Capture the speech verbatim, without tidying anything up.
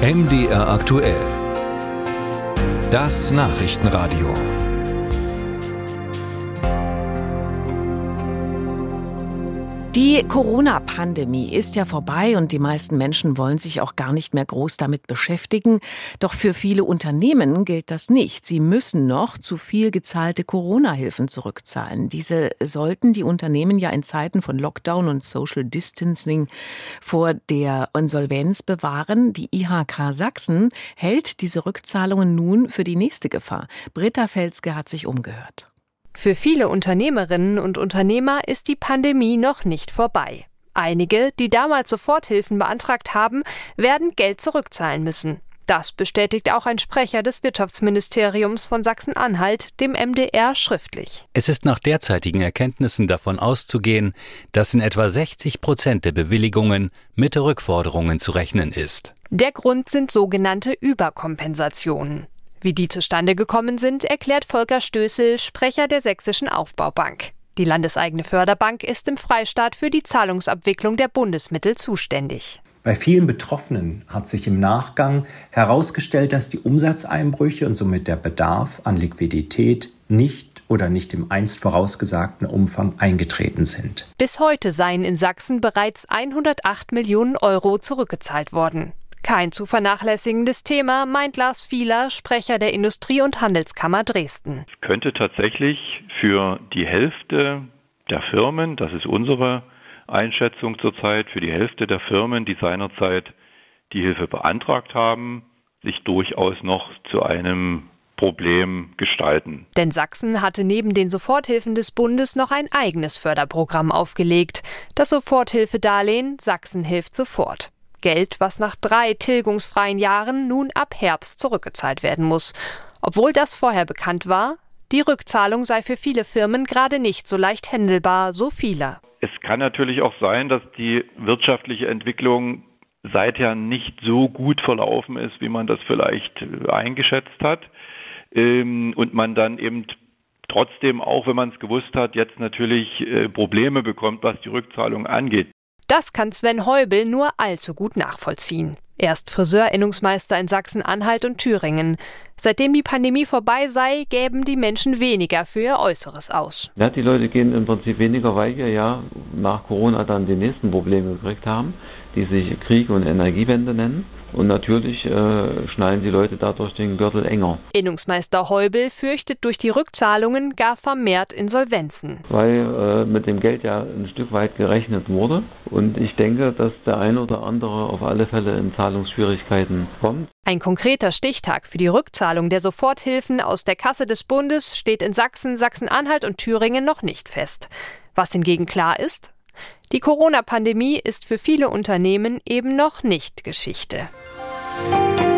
M D R aktuell. Das Nachrichtenradio. Die Corona-Pandemie ist ja vorbei und die meisten Menschen wollen sich auch gar nicht mehr groß damit beschäftigen. Doch für viele Unternehmen gilt das nicht. Sie müssen noch zu viel gezahlte Corona-Hilfen zurückzahlen. Diese sollten die Unternehmen ja in Zeiten von Lockdown und Social Distancing vor der Insolvenz bewahren. Die I H K Sachsen hält diese Rückzahlungen nun für die nächste Gefahr. Britta Felske hat sich umgehört. Für viele Unternehmerinnen und Unternehmer ist die Pandemie noch nicht vorbei. Einige, die damals Soforthilfen beantragt haben, werden Geld zurückzahlen müssen. Das bestätigt auch ein Sprecher des Wirtschaftsministeriums von Sachsen-Anhalt dem M D R schriftlich. Es ist nach derzeitigen Erkenntnissen davon auszugehen, dass in etwa sechzig Prozent der Bewilligungen mit Rückforderungen zu rechnen ist. Der Grund sind sogenannte Überkompensationen. Wie die zustande gekommen sind, erklärt Volker Stößel, Sprecher der Sächsischen Aufbaubank. Die landeseigene Förderbank ist im Freistaat für die Zahlungsabwicklung der Bundesmittel zuständig. Bei vielen Betroffenen hat sich im Nachgang herausgestellt, dass die Umsatzeinbrüche und somit der Bedarf an Liquidität nicht oder nicht im einst vorausgesagten Umfang eingetreten sind. Bis heute seien in Sachsen bereits hundertacht Millionen Euro zurückgezahlt worden. Kein zu vernachlässigendes Thema, meint Lars Fieler, Sprecher der Industrie- und Handelskammer Dresden. Es könnte tatsächlich für die Hälfte der Firmen, das ist unsere Einschätzung zurzeit, für die Hälfte der Firmen, die seinerzeit die Hilfe beantragt haben, sich durchaus noch zu einem Problem gestalten. Denn Sachsen hatte neben den Soforthilfen des Bundes noch ein eigenes Förderprogramm aufgelegt. Das Soforthilfedarlehen Sachsen hilft sofort. Geld, was nach drei tilgungsfreien Jahren nun ab Herbst zurückgezahlt werden muss. Obwohl das vorher bekannt war, die Rückzahlung sei für viele Firmen gerade nicht so leicht händelbar, so Fieler. Es kann natürlich auch sein, dass die wirtschaftliche Entwicklung seither nicht so gut verlaufen ist, wie man das vielleicht eingeschätzt hat. Und man dann eben trotzdem, auch wenn man es gewusst hat, jetzt natürlich Probleme bekommt, was die Rückzahlung angeht. Das kann Sven Heubel nur allzu gut nachvollziehen. Er ist Friseurinnungsmeister in Sachsen-Anhalt und Thüringen. Seitdem die Pandemie vorbei sei, gäben die Menschen weniger für ihr Äußeres aus. Ja, die Leute gehen im Prinzip weniger, weil wir ja nach Corona dann die nächsten Probleme gekriegt haben, die sich Krieg und Energiewende nennen. Und natürlich äh, schnallen die Leute dadurch den Gürtel enger. Innungsmeister Heubel fürchtet durch die Rückzahlungen gar vermehrt Insolvenzen. Weil äh, mit dem Geld ja ein Stück weit gerechnet wurde. Und ich denke, dass der ein oder andere auf alle Fälle in Zahlungsschwierigkeiten kommt. Ein konkreter Stichtag für die Rückzahlung der Soforthilfen aus der Kasse des Bundes steht in Sachsen, Sachsen-Anhalt und Thüringen noch nicht fest. Was hingegen klar ist: Die Corona-Pandemie ist für viele Unternehmen eben noch nicht Geschichte.